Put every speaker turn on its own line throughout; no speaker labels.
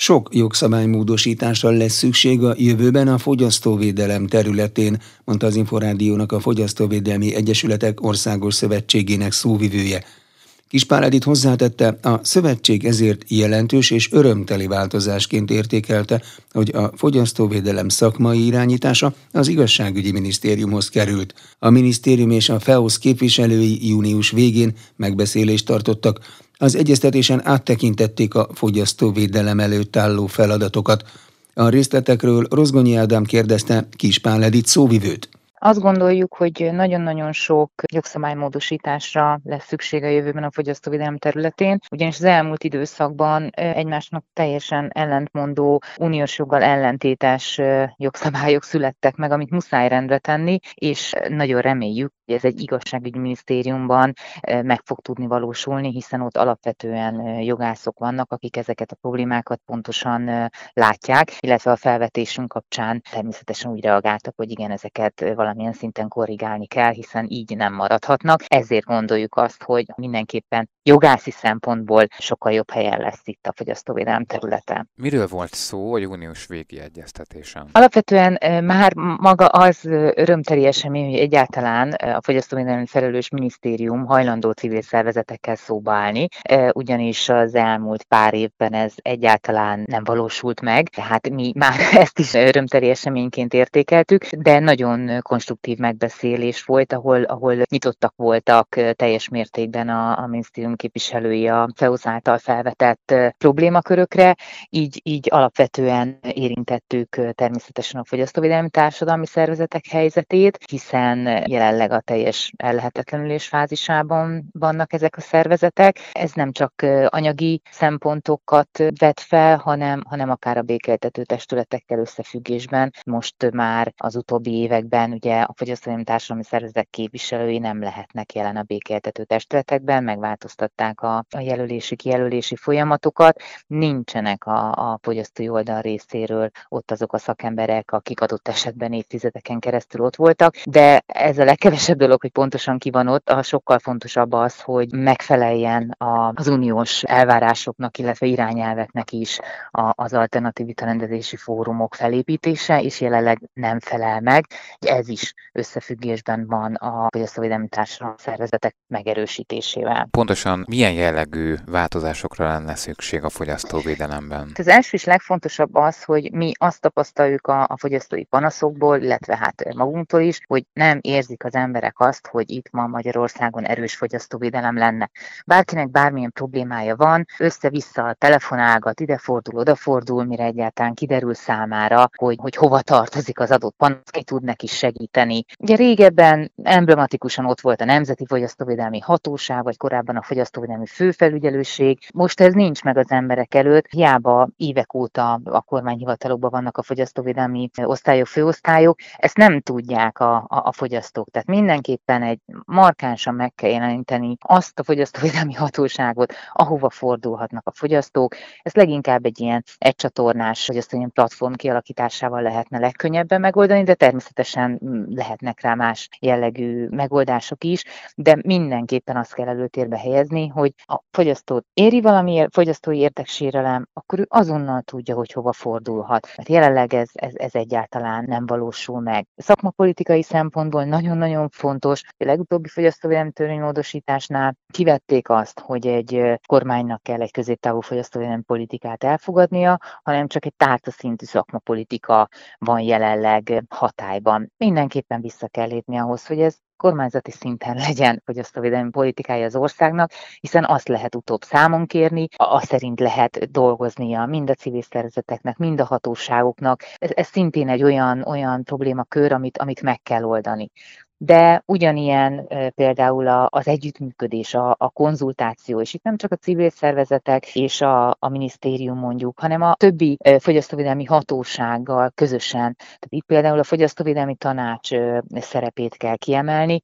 Sok jogszabálymódosításra lesz szükség a jövőben a fogyasztóvédelem területén, mondta az Inforádiónak a Fogyasztóvédelmi Egyesületek Országos Szövetségének szóvivője. Kispál Edith hozzátette, a szövetség ezért jelentős és örömteli változásként értékelte, hogy a fogyasztóvédelem szakmai irányítása az Igazságügyi Minisztériumhoz került. A minisztérium és a FEOSZ képviselői június végén megbeszélést tartottak. Az egyeztetésen áttekintették a fogyasztóvédelem előtt álló feladatokat. A részletekről Rozgonyi Ádám kérdezte Kispál Edith szóvivőt.
Azt gondoljuk, hogy nagyon-nagyon sok jogszabálymódosításra lesz szükség a jövőben a fogyasztóvédelem területén, ugyanis az elmúlt időszakban egymásnak teljesen ellentmondó, uniós joggal ellentétes jogszabályok születtek meg, amit muszáj rendre tenni, és nagyon reméljük, hogy ez egy igazságügyi minisztériumban meg fog tudni valósulni, hiszen ott alapvetően jogászok vannak, akik ezeket a problémákat pontosan látják, illetve a felvetésünk kapcsán természetesen úgy reagáltak, hogy igen, ezeket valamilyen szinten korrigálni kell, hiszen így nem maradhatnak. Ezért gondoljuk azt, hogy mindenképpen jogászi szempontból sokkal jobb helyen lesz itt a fogyasztóvédelem területe.
Miről volt szó a június végi egyeztetésen?
Alapvetően már maga az örömteli esemény, hogy egyáltalán a fogyasztóvédelmi felelős minisztérium hajlandó civil szervezetekkel szóba állni, ugyanis az elmúlt pár évben ez egyáltalán nem valósult meg, tehát mi már ezt is örömteli eseményként értékeltük, de nagyon konstruktív megbeszélés volt, ahol nyitottak voltak teljes mértékben a minisztérium képviselői a FEOSZ által felvetett problémakörökre, így alapvetően érintettük természetesen a fogyasztóvédelmi társadalmi szervezetek helyzetét, hiszen jelenleg a teljes ellehetetlenülés fázisában vannak ezek a szervezetek. Ez nem csak anyagi szempontokat vet fel, hanem akár a békéltető testületekkel összefüggésben. Most már az utóbbi években ugye a fogyasztóvédelmi társadalmi szervezetek képviselői nem lehetnek jelen a békéltető testületekben, megváltoztatták a kijelölési folyamatokat. Nincsenek a fogyasztói oldal részéről ott azok a szakemberek, akik adott esetben évtizedeken keresztül ott voltak, de ez a legkevesebb dolog, hogy pontosan ki van ott, a sokkal fontosabb az, hogy megfeleljen az uniós elvárásoknak, illetve irányelveknek is az alternatív vitarendezési fórumok felépítése, és jelenleg nem felel meg. Ez is összefüggésben van a fogyasztóvédelmi társadalmi szervezetek megerősítésével.
Pontosan milyen jellegű változásokra lenne szükség a fogyasztóvédelemben?
Az első és legfontosabb az, hogy mi azt tapasztaljuk a fogyasztói panaszokból, illetve hát magunktól is, hogy nem érzik az emberek azt, hogy itt ma Magyarországon erős fogyasztóvédelem lenne. Bárkinek bármilyen problémája van, össze-vissza telefonálgat, idefordul, odafordul, mire egyáltalán kiderül számára, hogy hova tartozik az adott panasz, ki tud neki segíteni. Ugye régebben emblematikusan ott volt a Nemzeti Fogyasztóvédelmi Hatóság, vagy korábban a Fogyasztóvédelmi Főfelügyelőség. Most ez nincs meg az emberek előtt, hiába évek óta a kormányhivatalokban vannak a fogyasztóvédelmi osztályok, főosztályok, ezt nem tudják a fogyasztók. Tehát mindenképpen egy markánsan meg kell jeleníteni azt a fogyasztóvédelmi hatóságot, ahova fordulhatnak a fogyasztók. Ez leginkább egy ilyen egycsatornás fogyasztóvédelmi platform kialakításával lehetne legkönnyebben megoldani, de természetesen lehetnek rá más jellegű megoldások is, de mindenképpen azt kell előtérbe helyezni, hogy a fogyasztót éri valami fogyasztói érdeksérelem, akkor ő azonnal tudja, hogy hova fordulhat. Mert jelenleg ez egyáltalán nem valósul meg. Szakmapolitikai szempontból nagyon-nagyon fontos, hogy a legutóbbi fogyasztóvédelmi törvénymódosításnál kivették azt, hogy egy kormánynak kell egy középtávú fogyasztóvédelmi politikát elfogadnia, hanem csak egy tárcaszintű szakmapolitika van jelenleg hatályban. Mindenképpen vissza kell lépni ahhoz, hogy ez kormányzati szinten legyen fogyasztóvédelmi politikája az országnak, hiszen azt lehet utóbb számon kérni, azt szerint lehet dolgoznia mind a civil szervezeteknek, mind a hatóságoknak. Ez szintén egy olyan problémakör, amit meg kell oldani. De ugyanilyen például az együttműködés, a konzultáció, és itt nem csak a civil szervezetek és a minisztérium mondjuk, hanem a többi fogyasztóvédelmi hatósággal közösen. Tehát itt például a fogyasztóvédelmi tanács szerepét kell kiemelni.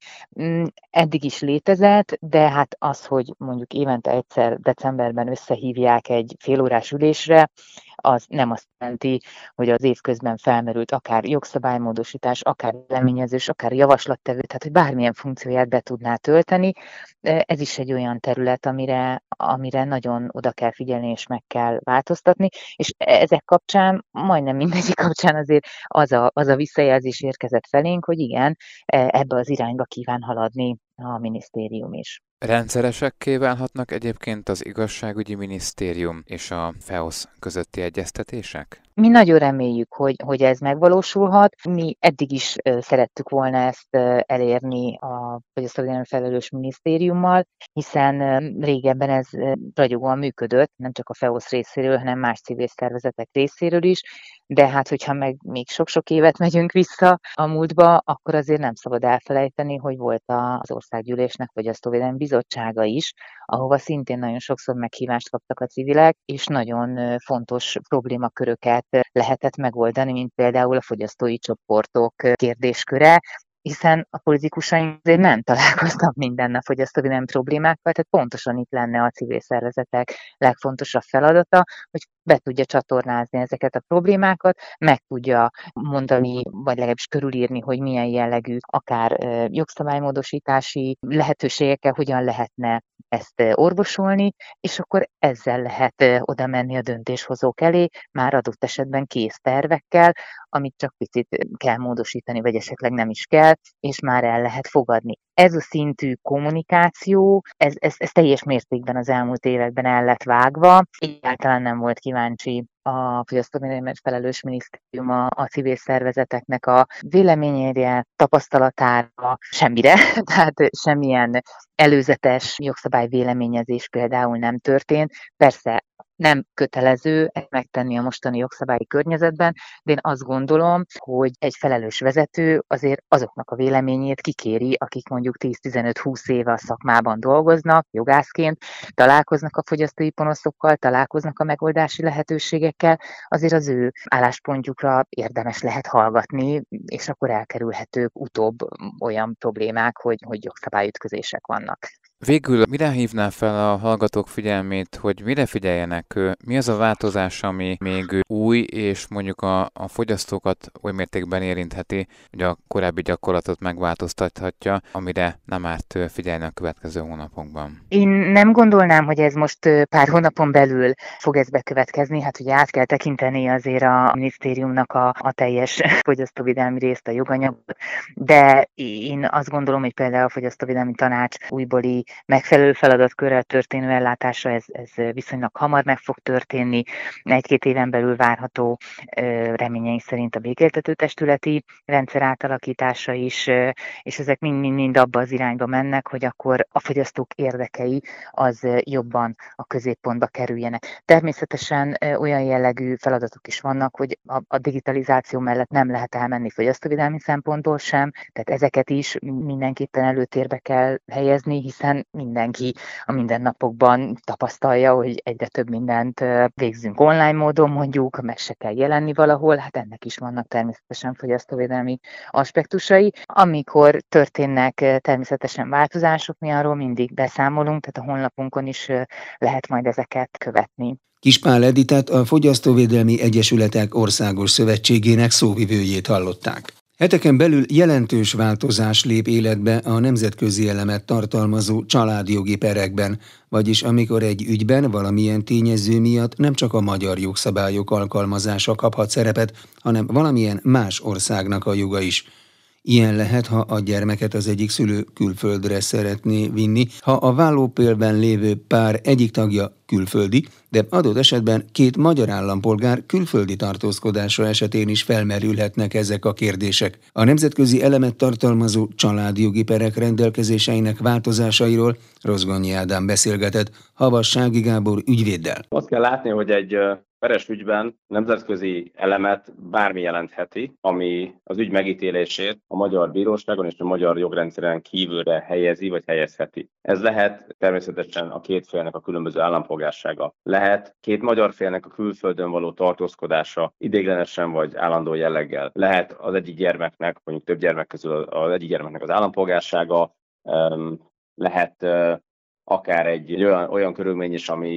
Eddig is létezett, de hát az, hogy mondjuk évente egyszer decemberben összehívják egy félórás ülésre, az nem azt jelenti, hogy az év közben felmerült akár jogszabálymódosítás, akár véleményezés, akár javaslattevő, tehát hogy bármilyen funkcióját be tudná tölteni. Ez is egy olyan terület, amire nagyon oda kell figyelni és meg kell változtatni, és ezek kapcsán, majdnem mindegyik kapcsán azért az a visszajelzés érkezett felénk, hogy igen, ebbe az irányba kíván haladni a minisztérium is.
Rendszeresekké válhatnak egyébként az igazságügyi minisztérium és a FEOSZ közötti egyeztetések?
Mi nagyon reméljük, hogy ez megvalósulhat. Mi eddig is szerettük volna ezt elérni a fogyasztóvédelmi felelős minisztériummal, hiszen régebben ez ragyogóan működött, nem csak a FEOSZ részéről, hanem más civil szervezetek részéről is, de hát, hogyha meg még sok-sok évet megyünk vissza a múltba, akkor azért nem szabad elfelejteni, hogy volt az Országgyűlésnek Fogyasztóvédelmi Bizottsága is, ahova szintén nagyon sokszor meghívást kaptak a civilek, és nagyon fontos problémaköröket lehetett megoldani, mint például a fogyasztói csoportok kérdésköre, hiszen a politikusaink azért nem találkoznak minden nap fogyasztóvédelmi problémákkal, tehát pontosan itt lenne a civil szervezetek legfontosabb feladata, hogy be tudja csatornázni ezeket a problémákat, meg tudja mondani, vagy legalábbis körülírni, hogy milyen jellegű akár jogszabálymódosítási lehetőségekkel hogyan lehetne ezt orvosolni, és akkor ezzel lehet oda menni a döntéshozók elé, már adott esetben kész tervekkel, amit csak picit kell módosítani, vagy esetleg nem is kell, és már el lehet fogadni. Ez a szintű kommunikáció, ez teljes mértékben az elmúlt években el lett vágva, egyáltalán nem volt kíváncsi a fogyasztóvédelemért felelős minisztérium a civil szervezeteknek a véleményére, tapasztalatára, semmire, tehát semmilyen előzetes jogszabály véleményezés például nem történt. Persze nem kötelező ezt megtenni a mostani jogszabályi környezetben, de én azt gondolom, hogy egy felelős vezető azért azoknak a véleményét kikéri, akik mondjuk 10-15-20 éve a szakmában dolgoznak, jogászként, találkoznak a fogyasztói panaszokkal, találkoznak a megoldási lehetőségekkel, azért az ő álláspontjukra érdemes lehet hallgatni, és akkor elkerülhetők utóbb olyan problémák, hogy jogszabályütközések vannak.
Végül mire hívná fel a hallgatók figyelmét, hogy mire figyeljenek? Mi az a változás, ami még új, és mondjuk a fogyasztókat oly mértékben érintheti, hogy a korábbi gyakorlatot megváltoztathatja, amire nem árt figyelni a következő hónapokban?
Én nem gondolnám, hogy ez most pár hónapon belül fog ez bekövetkezni, hát ugye át kell tekinteni azért a minisztériumnak a teljes fogyasztóvédelmi részt, a joganyagot, de én azt gondolom, hogy például a Fogyasztóvédelmi Tanács újbóli megfelelő feladatkörrel történő ellátása, ez viszonylag hamar meg fog történni, 1-2 éven belül várható reményeink szerint a végéltető testületi rendszer átalakítása is, és ezek mind abba az irányba mennek, hogy akkor a fogyasztók érdekei az jobban a középpontba kerüljenek. Természetesen olyan jellegű feladatok is vannak, hogy a digitalizáció mellett nem lehet elmenni fogyasztóvédelmi szempontból sem, tehát ezeket is mindenképpen előtérbe kell helyezni, hiszen mindenki a mindennapokban tapasztalja, hogy egyre több mindent végzünk online módon mondjuk, meg se kell jelenni valahol, hát ennek is vannak természetesen fogyasztóvédelmi aspektusai. Amikor történnek természetesen változások, mi arról mindig beszámolunk, tehát a honlapunkon is lehet majd ezeket követni.
Kispál Editát, a Fogyasztóvédelmi Egyesületek Országos Szövetségének szóvivőjét hallották. Heteken belül jelentős változás lép életbe a nemzetközi elemet tartalmazó családjogi perekben, vagyis amikor egy ügyben valamilyen tényező miatt nem csak a magyar jogszabályok alkalmazása kaphat szerepet, hanem valamilyen más országnak a joga is. Ilyen lehet, ha a gyermeket az egyik szülő külföldre szeretné vinni, ha a vállópérben lévő pár egyik tagja külföldi, de adott esetben 2 magyar állampolgár külföldi tartózkodása esetén is felmerülhetnek ezek a kérdések. A nemzetközi elemet tartalmazó családjogi perek rendelkezéseinek változásairól Rozgonyi Ádám beszélgetett Havassági Gábor ügyvéddel.
Azt kell látni, hogy egy peres ügyben nemzetközi elemet bármi jelentheti, ami az ügy megítélését a magyar bíróságon és a magyar jogrendszeren kívülre helyezi vagy helyezheti. Ez lehet természetesen a 2 félnek a különböző állampolgársága. Lehet 2 magyar félnek a külföldön való tartózkodása ideiglenesen vagy állandó jelleggel. Lehet az egyik gyermeknek, mondjuk több gyermek közül az egyik gyermeknek az állampolgársága, lehet akár egy olyan körülmény is, ami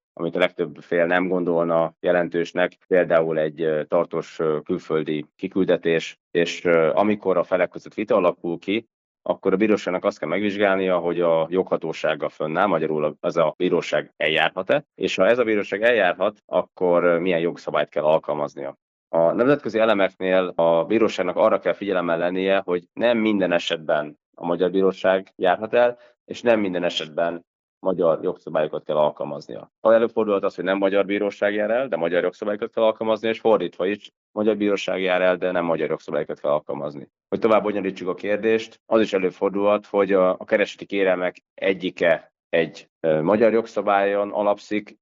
amit a legtöbb fél nem gondolna jelentősnek, például egy tartós külföldi kiküldetés, és amikor a felek között vita alakul ki, akkor a bíróságnak azt kell megvizsgálnia, hogy a joghatósága fönnáll, magyarul az a bíróság eljárhat-e, és ha ez a bíróság eljárhat, akkor milyen jogszabályt kell alkalmaznia. A nemzetközi elemeknél a bíróságnak arra kell figyelemmel lennie, hogy nem minden esetben a magyar bíróság járhat el, és nem minden esetben magyar jogszabályokat kell alkalmaznia. Ha előfordulhat az, hogy nem magyar bíróság jár el, de magyar jogszabályokat kell alkalmazni, és fordítva is, magyar bíróság jár el, de nem magyar jogszabályokat kell alkalmazni. Hogy tovább bonyolítsuk a kérdést, az is előfordulhat, hogy a kereseti kérelmek egyike egy magyar jogszabályon alapszik,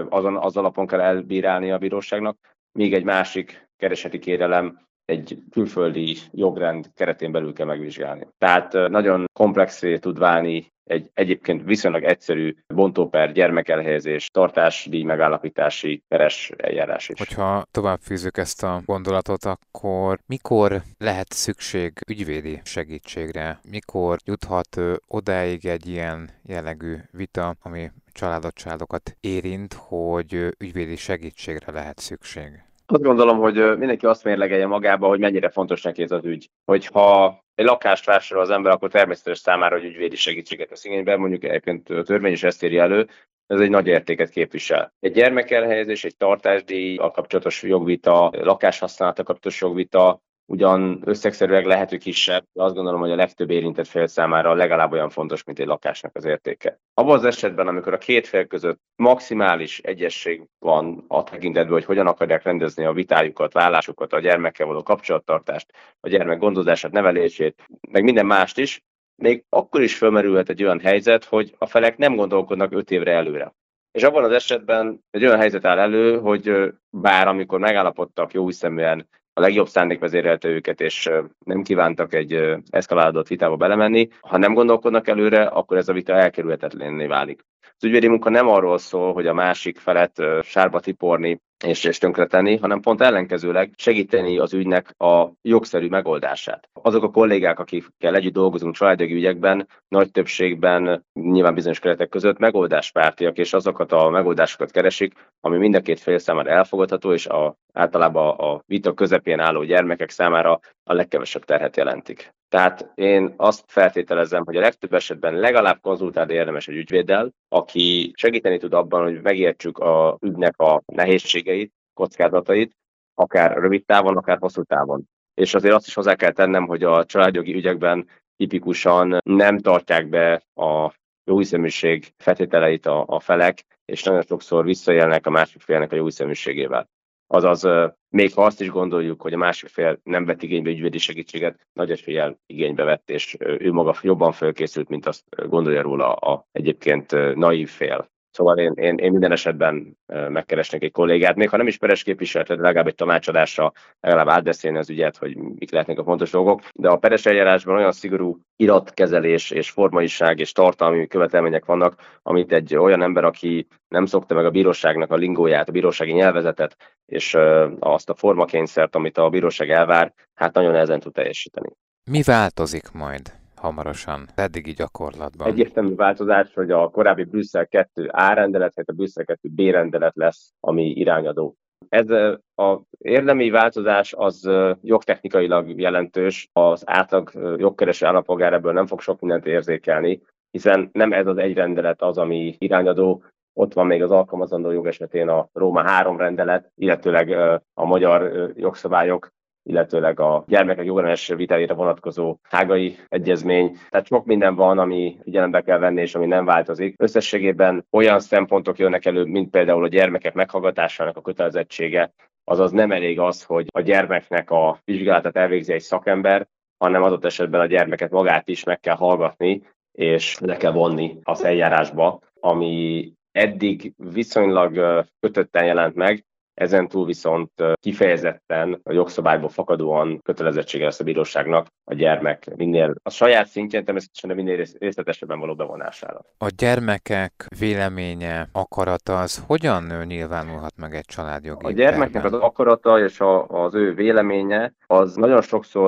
az alapon kell elbírálni a bíróságnak, míg egy másik kereseti kérelem egy külföldi jogrend keretén belül kell megvizsgálni. Tehát nagyon komplexé tud válni egy egyébként viszonylag egyszerű bontóper, gyermekelhelyezés, tartásdíj megállapítási peres eljárás is.
Hogyha tovább fűzzük ezt a gondolatot, akkor mikor lehet szükség ügyvédi segítségre? Mikor juthat odáig egy ilyen jellegű vita, ami családokat érint, hogy ügyvédi segítségre lehet szükség?
Azt gondolom, hogy mindenki azt mérlegelje magába, hogy mennyire fontos neki ez az ügy. Hogyha egy lakást vásárol az ember, akkor természetes számára, hogy ügyvédi segítséget vesz igénybe, mondjuk egyébként a törvény is ezt írja elő, ez egy nagy értéket képvisel. Egy gyermekelhelyezés, egy tartásdíj, a kapcsolatos jogvita, lakáshasználata kapcsolatos jogvita, ugyan összegszerűleg lehet, hogy kisebb, de azt gondolom, hogy a legtöbb érintett fél számára legalább olyan fontos, mint egy lakásnak az értéke. Abban az esetben, amikor a két fél között maximális egyesség van a tekintetben, hogy hogyan akarják rendezni a vitájukat, vállásukat, a gyermekkel való kapcsolattartást, a gyermek gondozását, nevelését, meg minden mást is, még akkor is felmerülhet egy olyan helyzet, hogy a felek nem gondolkodnak 5 évre előre. És abban az esetben egy olyan helyzet áll elő, hogy bár amikor megállapodtak jóhiszeműen, a legjobb szándék vezérelte őket, és nem kívántak egy eszkalálódott vitába belemenni. Ha nem gondolkodnak előre, akkor ez a vita elkerülhetetlenné válik. Az ügyvédi munka nem arról szól, hogy a másik felet sárba tiporni és tönkretenni, hanem pont ellenkezőleg segíteni az ügynek a jogszerű megoldását. Azok a kollégák, akikkel együtt dolgozunk családjogi ügyekben, nagy többségben, nyilván bizonyos keretek között megoldáspártiak, és azokat a megoldásokat keresik, ami mind a két fél számára elfogadható, és általában a vita közepén álló gyermekek számára a legkevesebb terhet jelentik. Tehát én azt feltételezem, hogy a legtöbb esetben legalább konzultálni érdemes egy ügyvéddel, aki segíteni tud abban, hogy megértsük az ügynek a nehézségeit, kockázatait, akár rövid távon, akár hosszú távon. És azért azt is hozzá kell tennem, hogy a családjogi ügyekben tipikusan nem tartják be a jóhiszeműség feltételeit a felek, és nagyon sokszor visszaélnek a másik félnek a jóhiszeműségével. Azaz, még ha azt is gondoljuk, hogy a másik fél nem vett igénybe ügyvédi segítséget, nagy eséllyel igénybe vett, és ő maga jobban felkészült, mint azt gondolja róla a egyébként naív fél. Szóval én minden esetben megkeresnék egy kollégát, még ha nem is peres képviseletre, de legalább egy tanácsadásra legalább átbeszélni az ügyet, hogy mik lehetnek a fontos dolgok. De a peres eljárásban olyan szigorú iratkezelés és formaiság és tartalmi követelmények vannak, amit egy olyan ember, aki nem szokta meg a bíróságnak a lingóját, a bírósági nyelvezetet, és azt a formakényszert, amit a bíróság elvár, hát nagyon nehezen tud teljesíteni.
Mi változik majd hamarosan eddigi gyakorlatban?
Egyértelmű változás, hogy a korábbi Brüsszel 2 A rendelet, hát a Brüsszel 2 B rendelet lesz, ami irányadó. Ez az érdemi változás az jogtechnikailag jelentős, az átlag jogkereső állampolgár ebből nem fog sok mindent érzékelni, hiszen nem ez az egy rendelet az, ami irányadó, ott van még az alkalmazandó jog esetén a Róma 3 rendelet, illetőleg a magyar jogszabályok, illetőleg a gyermekek jogrendes vitájára vonatkozó hágai egyezmény. Tehát sok minden van, ami figyelembe kell venni, és ami nem változik. Összességében olyan szempontok jönnek elő, mint például a gyermekek meghallgatásának a kötelezettsége, azaz nem elég az, hogy a gyermeknek a vizsgálatát elvégzi egy szakember, hanem adott esetben a gyermeket magát is meg kell hallgatni, és le kell vonni az eljárásba, ami eddig viszonylag kötötten jelent meg, ezen túl viszont kifejezetten a jogszabályból fakadóan kötelezettsége lesz a bíróságnak a gyermek minél a saját szintjén, természetesen a minél részletesebben való bevonására.
A gyermekek véleménye, akarata az hogyan nyilvánulhat meg egy családjogi
A gyermeknek az akarata és az ő véleménye az nagyon sokszor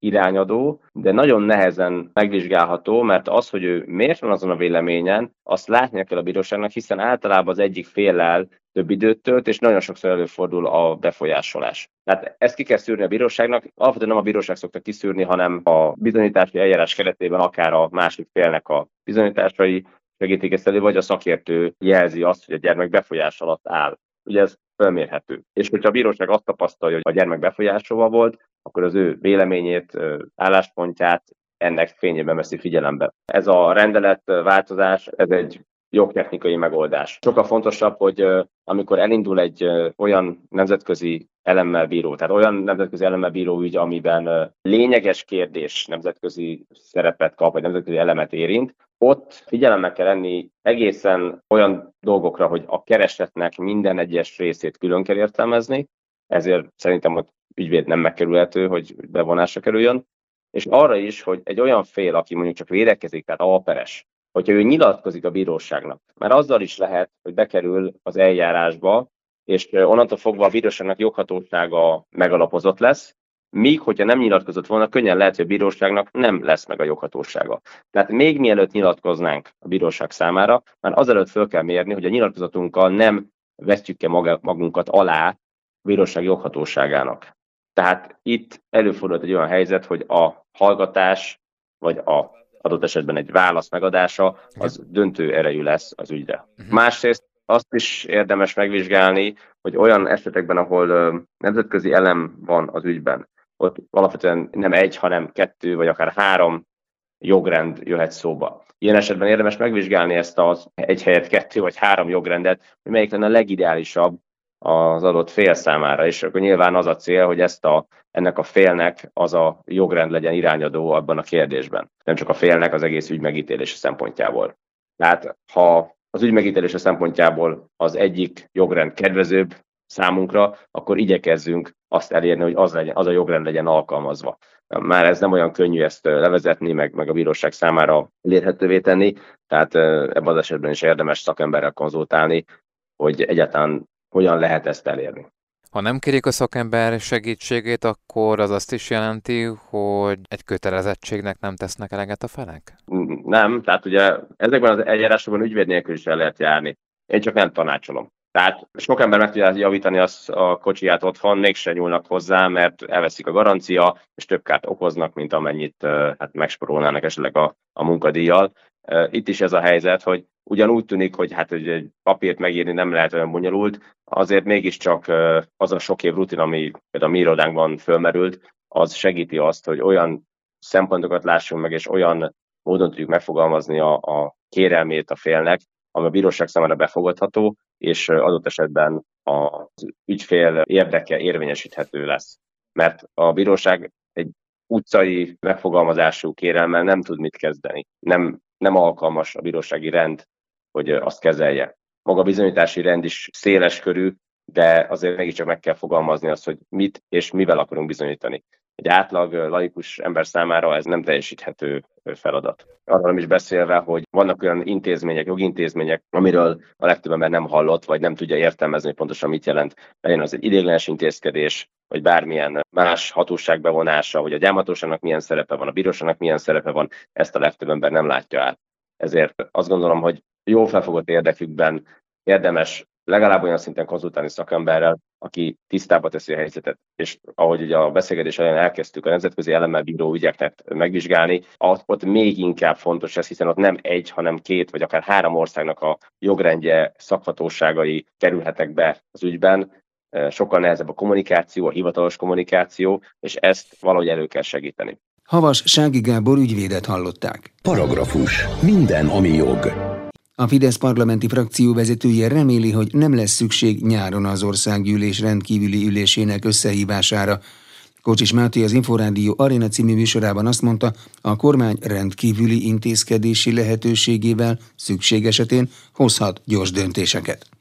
irányadó, de nagyon nehezen megvizsgálható, mert az, hogy ő miért van azon a véleményen, azt látnia kell a bíróságnak, hiszen általában az egyik féllel több időt tölt, és nagyon sokszor előfordul a befolyásolás. Tehát ezt ki kell szűrni a bíróságnak, alapvetően nem a bíróság szokta kiszűrni, hanem a bizonyítási eljárás keretében akár a másik félnek a bizonyításai segítik ezt elő, vagy a szakértő jelzi azt, hogy a gyermek befolyás alatt áll. Ugye ez felmérhető. És hogyha a bíróság azt tapasztalja, hogy a gyermek befolyásolva volt, akkor az ő véleményét, álláspontját ennek fényében veszi figyelembe. Ez a rendelet változás, ez egy jogtechnikai megoldás. Sokkal fontosabb, hogy amikor elindul egy olyan nemzetközi elemmel bíró, tehát olyan nemzetközi elemmel bíró ügy, amiben lényeges kérdés nemzetközi szerepet kap, vagy nemzetközi elemet érint, ott figyelemmel kell lenni egészen olyan dolgokra, hogy a keresetnek minden egyes részét külön kell értelmezni, ezért szerintem ott ügyvéd nem megkerülhető, hogy bevonásra kerüljön, és arra is, hogy egy olyan fél, aki mondjuk csak védekezik, tehát alperes, hogyha ő nyilatkozik a bíróságnak, mert azzal is lehet, hogy bekerül az eljárásba, és onnantól fogva a bíróságnak joghatósága megalapozott lesz, míg hogyha nem nyilatkozott volna, könnyen lehet, hogy a bíróságnak nem lesz meg a joghatósága. Tehát még mielőtt nyilatkoznánk a bíróság számára, már azelőtt föl kell mérni, hogy a nyilatkozatunkkal nem vetjük-e magunkat alá a bíróság joghatóságának. Tehát itt előfordult egy olyan helyzet, hogy a hallgatás, vagy a adott esetben egy válasz megadása, az döntő erejű lesz az ügyre. Másrészt azt is érdemes megvizsgálni, hogy olyan esetekben, ahol nemzetközi elem van az ügyben, ott alapvetően nem egy, hanem 2 vagy akár 3 jogrend jöhet szóba. Ilyen esetben érdemes megvizsgálni ezt az egy helyett 2 vagy 3 jogrendet, hogy melyik lenne a legideálisabb az adott fél számára, és akkor nyilván az a cél, hogy ennek a félnek az a jogrend legyen irányadó abban a kérdésben. Nem csak a félnek, az egész ügy megítélése szempontjából. Tehát ha az ügy megítélése szempontjából az egyik jogrend kedvezőbb számunkra, akkor igyekezzünk azt elérni, hogy az a jogrend legyen alkalmazva. Már ez nem olyan könnyű ezt levezetni, meg a bíróság számára elérhetővé tenni, tehát ebben az esetben is érdemes szakemberrel konzultálni, hogy egyáltalán hogyan lehet ezt elérni.
Ha nem kérik a szakember segítségét, akkor az azt is jelenti, hogy egy kötelezettségnek nem tesznek eleget a felek?
Nem, tehát ugye ezekben az eljárásokban ügyvéd nélkül is el lehet járni. Én csak nem tanácsolom. Tehát sok ember meg tudja javítani a kocsiját otthon, mégse nyúlnak hozzá, mert elveszik a garancia, és több kárt okoznak, mint amennyit megsporolnának esetleg a munkadíjjal. Itt is ez a helyzet, hogy ugyan úgy tűnik, hogy hogy egy papírt megírni nem lehet olyan bonyolult, azért mégiscsak az a sok év rutin, ami például a mi irodánkban fölmerült, az segíti azt, hogy olyan szempontokat lássunk meg, és olyan módon tudjuk megfogalmazni a kérelmét a félnek, ami a bíróság számára befogadható, és adott esetben az ügyfél érdeke érvényesíthető lesz. Mert a bíróság egy utcai megfogalmazású kérelmmel nem tud mit kezdeni. Nem alkalmas a bírósági rend, hogy azt kezelje. Maga a bizonyítási rend is széles körű, de azért mégiscsak meg kell fogalmazni azt, hogy mit és mivel akarunk bizonyítani. Egy átlag laikus ember számára ez nem teljesíthető feladat. Arról nem is beszélve, hogy vannak olyan intézmények, jogintézmények, amiről a legtöbb ember nem hallott, vagy nem tudja értelmezni, hogy pontosan mit jelent. Legyen az egy ideiglenes intézkedés, vagy bármilyen más hatóság bevonása, hogy a gyámhatóságnak milyen szerepe van, a bíróságnak milyen szerepe van, ezt a legtöbb ember nem látja át. Ezért azt gondolom, hogy jól felfogott érdekükben érdemes legalább olyan szinten konzultálni szakemberrel, aki tisztába teszi a helyzetet. És ahogy ugye a beszélgetés elején elkezdtük a nemzetközi elemmel bíró ügyeket megvizsgálni, ott még inkább fontos ez, hiszen ott nem egy, hanem 2 vagy akár 3 országnak a jogrendje, szakhatóságai kerülhetnek be az ügyben. Sokkal nehezebb a kommunikáció, a hivatalos kommunikáció, és ezt valahogy elő kell segíteni.
Havas Sági Gábor ügyvédet hallották.
Paragrafus. Minden, ami jog.
A Fidesz parlamenti frakció vezetője reméli, hogy nem lesz szükség nyáron az országgyűlés rendkívüli ülésének összehívására. Kocsis Máté az Inforádió Arena című műsorában azt mondta, a kormány rendkívüli intézkedési lehetőségével szükség esetén hozhat gyors döntéseket.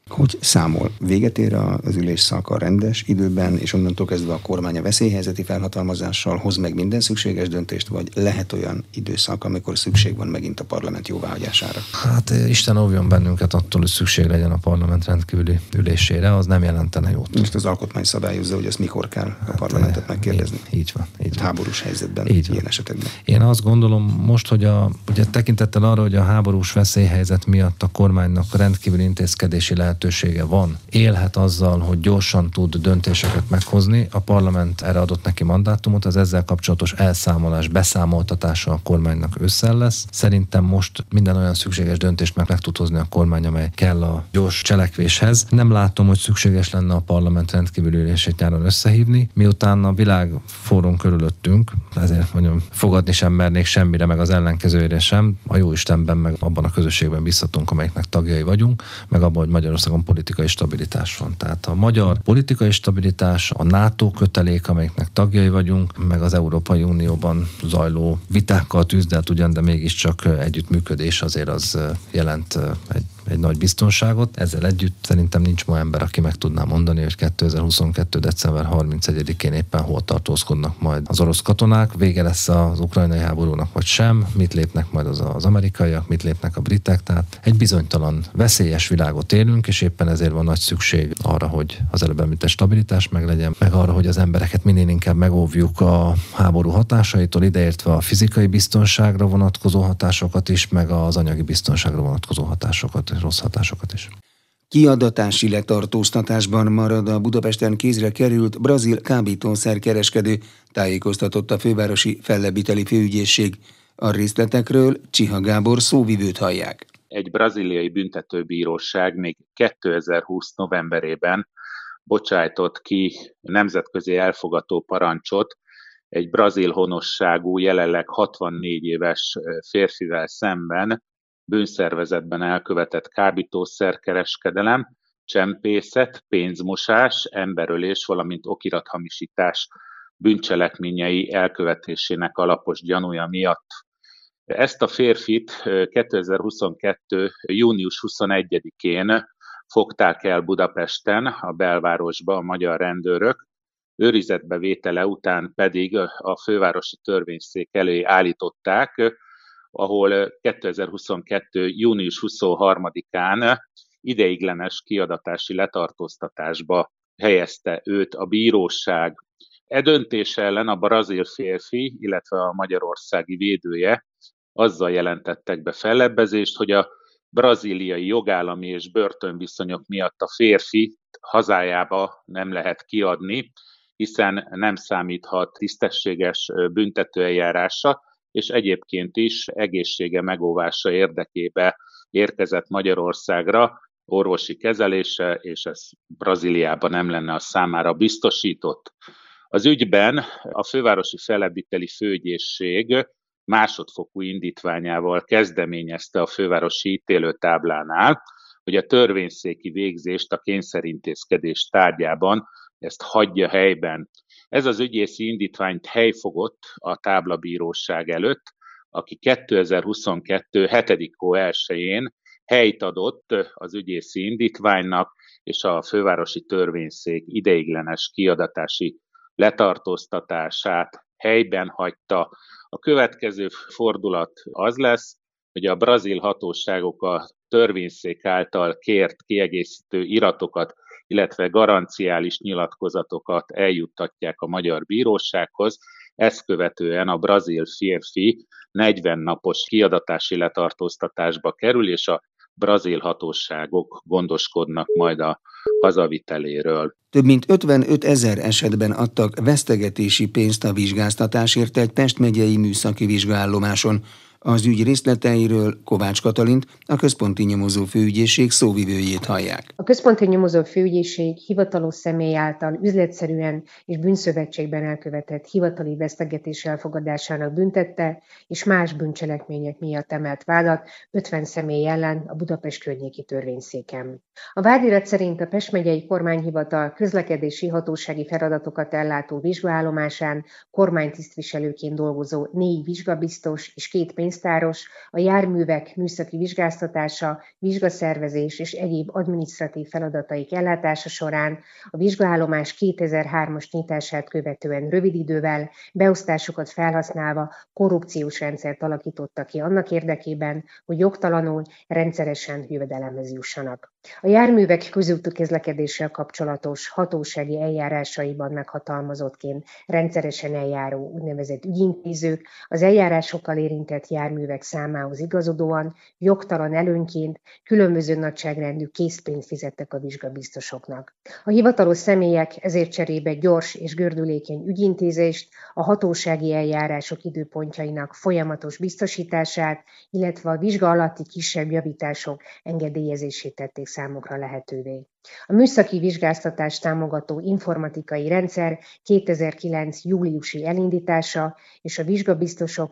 Hogy számol? Véget ér az ülésszak a rendes időben, és onnantól kezdve a kormány a veszélyhelyzeti felhatalmazással hoz meg minden szükséges döntést, vagy lehet olyan időszak, amikor szükség van megint a parlament jóváhagyására?
Hát Isten óvjon bennünket attól, hogy szükség legyen a parlament rendkívüli ülésére, az nem jelentene jót.
Most az alkotmány szabályozza, hogy ezt mikor kell a parlamentet megkérdezni.
Így van.
Háborús helyzetben, ilyen esetekben.
Én azt gondolom most, hogy ugye tekintettel arra, hogy a háborús veszélyhelyzet miatt a kormánynak rendkívüli intézkedési lehetősége van, élhet azzal, hogy gyorsan tud döntéseket meghozni. A parlament erre adott neki mandátumot, az ezzel kapcsolatos elszámolás, beszámoltatása a kormánynak ősszel lesz. Szerintem most minden olyan szükséges döntést meg tud hozni a kormány, amely kell a gyors cselekvéshez. Nem látom, hogy szükséges lenne a parlament rendkívüli ülését nyáron összehívni, miután a világ forró körülöttünk, ezért mondjam, fogadni sem mernék semmire, meg az ellenkezőjére sem. A Jóistenben, meg abban a közösségben bízhatunk, amelyiknek tagjai vagyunk, meg abban, hogy Magyarországon politikai stabilitás van. Tehát a magyar politikai stabilitás, a NATO kötelék, amelyiknek tagjai vagyunk, meg az Európai Unióban zajló vitákkal tűzdelt ugyan, de mégiscsak együttműködés azért az jelent egy nagy biztonságot. Ezzel együtt szerintem nincs ma ember, aki meg tudná mondani, hogy 2022. december 31-én éppen hol tartózkodnak majd az orosz katonák, vége lesz az ukrajnai háborúnak vagy sem, mit lépnek majd az amerikaiak, mit lépnek a britek, tehát egy bizonytalan, veszélyes világot élünk, és éppen ezért van nagy szükség arra, hogy az előbb említett stabilitás meglegyen, meg arra, hogy az embereket minél inkább megóvjuk a háború hatásaitól, ideértve a fizikai biztonságra vonatkozó hatásokat is, meg az anyagi biztonságra vonatkozó hatásokat, rossz hatásokat is.
Kiadatási letartóztatásban marad a Budapesten kézre került brazil kábítószerkereskedő, tájékoztatott a fővárosi fellebbviteli főügyészség. A részletekről Csiha Gábor szóvivőt hallják.
Egy brazíliai büntetőbíróság még 2020 novemberében bocsájtott ki nemzetközi elfogató parancsot egy brazil honosságú, jelenleg 64 éves férfivel szemben, bűnszervezetben elkövetett kábítószerkereskedelem, csempészet, pénzmosás, emberölés, valamint okirathamisítás bűncselekményei elkövetésének alapos gyanúja miatt. Ezt a férfit 2022. június 21-én fogták el Budapesten, a belvárosba a magyar rendőrök, őrizetbe vétele után pedig a fővárosi törvényszék elé állították, ahol 2022. június 23-án ideiglenes kiadatási letartóztatásba helyezte őt a bíróság. E döntés ellen a brazil férfi, illetve a magyarországi védője azzal jelentettek be fellebbezést, hogy a brazíliai jogállami és börtönviszonyok miatt a férfi hazájába nem lehet kiadni, hiszen nem számíthat tisztességes büntetőeljárásra, és egyébként is egészsége megóvása érdekébe érkezett Magyarországra orvosi kezelése, és ez Brazíliában nem lenne a számára biztosított. Az ügyben a fővárosi fellebbviteli főügyészség másodfokú indítványával kezdeményezte a fővárosi ítélőtáblánál, hogy a törvényszéki végzést a kényszerintézkedés tárgyában ezt hagyja helyben. Ez az ügyészi indítványt helyfogott a táblabíróság előtt, aki 2022. 7. hó 1-én helyt adott az ügyészi indítványnak, és a fővárosi törvényszék ideiglenes kiadatási letartóztatását helyben hagyta. A következő fordulat az lesz, hogy a brazil hatóságok a törvényszék által kért kiegészítő iratokat, illetve garanciális nyilatkozatokat eljuttatják a magyar bírósághoz, ezt követően a brazil férfi 40 napos kiadatási letartóztatásba kerül, és a brazil hatóságok gondoskodnak majd a hazaviteléről.
Több mint 55 000 esetben adtak vesztegetési pénzt a vizsgáztatásért egy Pest megyei műszaki vizsgaállomáson. Az ügy részleteiről Kovács Katalint, a Központi Nyomozó Főügyészség szóvivőjét hallják.
A Központi Nyomozó Főügyészség hivatalos személy által üzletszerűen és bűnszövetségben elkövetett hivatali vesztegetés elfogadásának büntette és más bűncselekmények miatt emelt vádat 50 személy ellen a Budapest környéki törvényszéken. A vádirat szerint a Pest megyei kormányhivatal közlekedési hatósági feladatokat ellátó vizsgaállomásán kormánytisztviselőként dolgozó 4 vizsgabiztos és 2 pénztáros, a járművek műszaki vizsgáztatása, vizsgaszervezés és egyéb adminisztratív feladataik ellátása során a vizsgaállomás 2003-as nyitását követően rövid idővel, beosztásokat felhasználva korrupciós rendszert alakította ki annak érdekében, hogy jogtalanul, rendszeresen jövedelemhez jussanak. A járművek közúti közlekedéssel kapcsolatos hatósági eljárásaiban meghatalmazottként rendszeresen eljáró úgynevezett ügyintézők az eljárásokkal érintett járművek számához igazodóan jogtalan előnyként különböző nagyságrendű készpénzt fizettek a vizsgabiztosoknak. A hivatalos személyek ezért cserébe gyors és gördülékeny ügyintézést, a hatósági eljárások időpontjainak folyamatos biztosítását, illetve a vizsga alatti kisebb javítások engedélyezését tették számukra lehetővé. A műszaki vizsgáztatást támogató informatikai rendszer 2009. júliusi elindítása és a vizsgabiztosok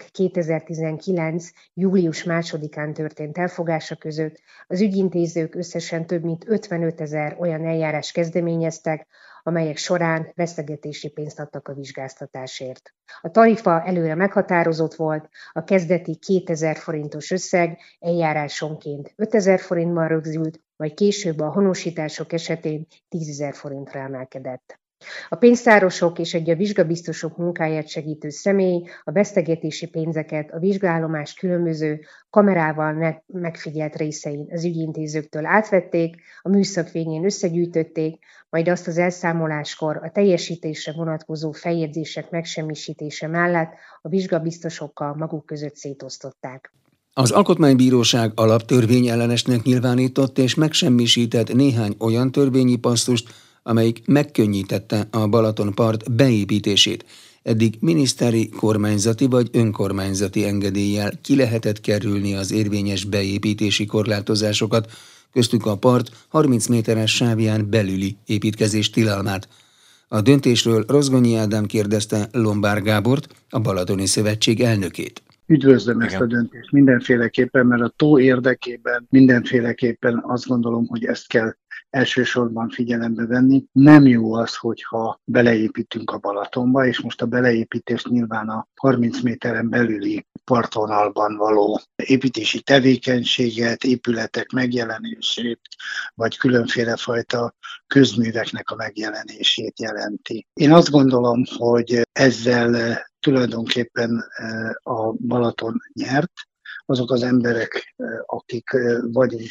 2019. július 2-án történt elfogása között az ügyintézők összesen több mint 55 000 olyan eljárás kezdeményeztek, amelyek során vesztegetési pénzt adtak a vizsgáztatásért. A tarifa előre meghatározott volt, a kezdeti 2000 forintos összeg eljárásonként 5000 forintban rögzült, vagy később a honosítások esetén 10 000 forintra emelkedett. A pénztárosok és a vizsgabiztosok munkáját segítő személy a vesztegetési pénzeket a vizsgaállomás különböző kamerával megfigyelt részein az ügyintézőktől átvették, a műszak végén összegyűjtötték, majd azt az elszámoláskor a teljesítésre vonatkozó feljegyzések megsemmisítése mellett a vizsgabiztosokkal maguk között szétosztották.
Az Alkotmánybíróság alaptörvényellenesnek nyilvánított és megsemmisített néhány olyan törvényi passzust, amelyik megkönnyítette a Balatonpart beépítését. Eddig miniszteri, kormányzati vagy önkormányzati engedéllyel ki lehetett kerülni az érvényes beépítési korlátozásokat, köztük a part 30 méteres sávján belüli építkezés tilalmát. A döntésről Rozgonyi Ádám kérdezte Lombár Gábort, a Balatoni Szövetség elnökét.
Üdvözlöm ezt a döntést mindenféleképpen, mert a tó érdekében mindenféleképpen azt gondolom, hogy ezt kell elsősorban figyelembe venni. Nem jó az, hogyha beleépítünk a Balatonba, és most a beleépítés nyilván a 30 méteren belüli partvonalban való építési tevékenységet, épületek megjelenését, vagy különféle fajta közműveknek a megjelenését jelenti. Én azt gondolom, hogy ezzel tulajdonképpen a Balaton nyert, azok az emberek, akik vagyunk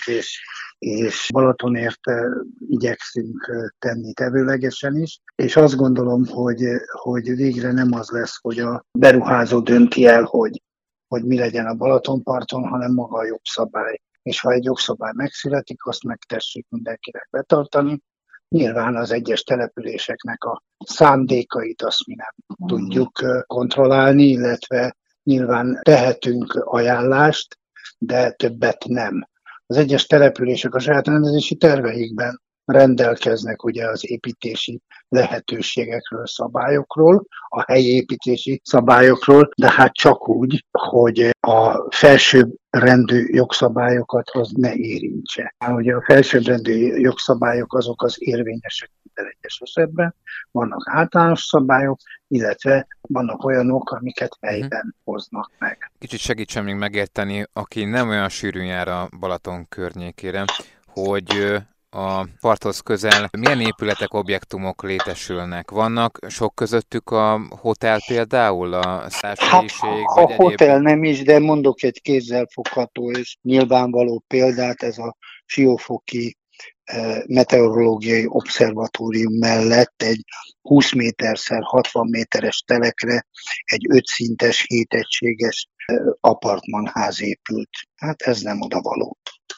és Balatonért igyekszünk tenni tevőlegesen is, és azt gondolom, hogy végre nem az lesz, hogy a beruházó dönti el, hogy mi legyen a Balatonparton, hanem maga a jogszabály. És ha egy jogszabály megszületik, azt megtessék mindenkinek betartani. Nyilván az egyes településeknek a szándékait azt mi nem tudjuk kontrollálni, illetve nyilván tehetünk ajánlást, de többet nem. Az egyes települések a saját rendezési terveikben rendelkeznek ugye az építési lehetőségekről, szabályokról, a helyi építési szabályokról, de hát csak úgy, hogy a felsőbbrendű jogszabályokat az ne érintse. Ugye a felsőbbrendű jogszabályok azok az érvényesek minden egyes esetben, vannak általános szabályok, illetve vannak olyanok, amiket helyben hoznak meg.
Kicsit segítsen még megérteni, aki nem olyan sűrűn jár a Balaton környékére, hogy a parthoz közel milyen épületek, objektumok létesülnek? Vannak sok közöttük a hotel például, a szálláshelyiség?
Hát, a hotel nem is, de mondok egy kézzelfogható és nyilvánvaló példát, ez a Siófoki meteorológiai obszervatórium mellett egy 20 méterszer 60 méteres telekre egy 5 szintes, 7 egységes apartmanház épült. Hát ez nem odavaló.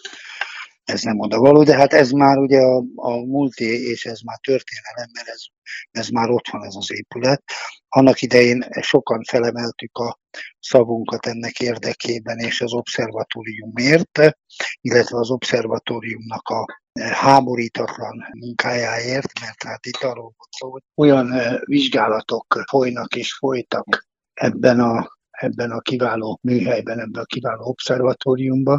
Ez nem odavaló, de hát ez már ugye a múlté, és ez már történelem, mert ez már ott van ez az épület. Annak idején sokan felemeltük a szavunkat ennek érdekében, és az obszervatóriumért, illetve az obszervatóriumnak a háborítatlan munkájáért, mert hát itt arról volt szó, hogy olyan vizsgálatok folynak és folytak ebben a kiváló műhelyben, ebben a kiváló obszervatóriumban,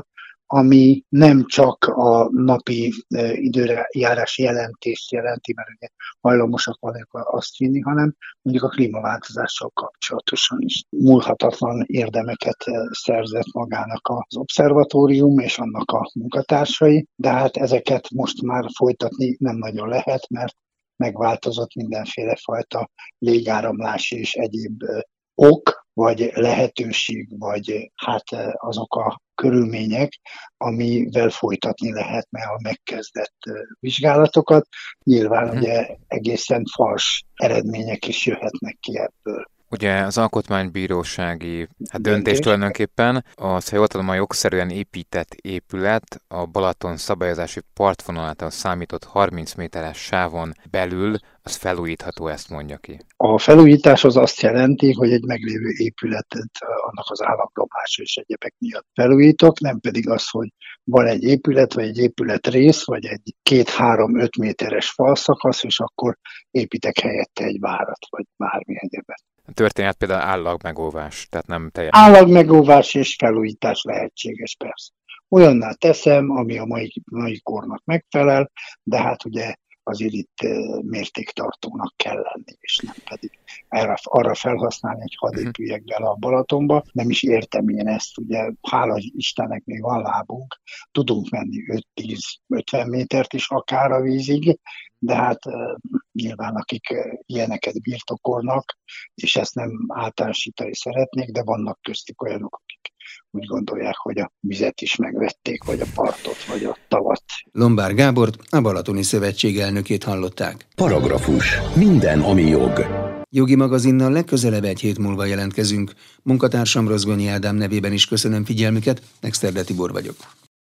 ami nem csak a napi időjárási jelentést jelenti, mert ugye hajlamosak vagyunk azt vinni, hanem mondjuk a klímaváltozással kapcsolatosan is múlhatatlan érdemeket szerzett magának az obszervatórium és annak a munkatársai, de hát ezeket most már folytatni nem nagyon lehet, mert megváltozott mindenféle fajta légáramlás és egyéb ok, vagy lehetőség, vagy hát azok a körülmények, amivel folytatni lehetne a megkezdett vizsgálatokat. Nyilván ugye egészen fals eredmények is jöhetnek ki ebből.
Ugye az alkotmánybírósági döntés tulajdonképpen az, ha jól tudom, a jogszerűen épített épület a Balaton szabályozási partvonalától számított 30 méteres sávon belül az felújítható, ezt mondja ki.
A felújítás az azt jelenti, hogy egy meglévő épületet annak az állapromlása és egyebek miatt felújítok, nem pedig az, hogy van egy épület, vagy egy épületrész, vagy egy 2-3-5 méteres falszakasz, és akkor építek helyette egy várat, vagy bármi egyebet.
A történet például állagmegóvás, tehát nem teljesen.
Állagmegóvás és felújítás lehetséges, persze. Olyanná teszem, ami a mai kornak megfelel, de hát ugye azért itt mértéktartónak kell lenni, és nem pedig arra felhasználni, hogy hadd épüljek bele a Balatonba. Nem is értem én ezt, ugye hála Istennek még van lábunk, tudunk menni 5-10-50 métert is akár a vízig, de hát nyilván akik ilyeneket birtokolnak, és ezt nem általánosítani szeretnék, de vannak köztük olyanok, akik úgy gondolják, hogy a vizet is megvették, vagy a partot, vagy a tavat.
Lombár Gábort, a Balatoni Szövetség elnökét hallották.
Paragrafus. Minden, ami jog.
Jogi magazinnal legközelebb egy hét múlva jelentkezünk. Munkatársam Rozgonyi Ádám nevében is köszönöm figyelmüket, Exterde Tibor vagyok.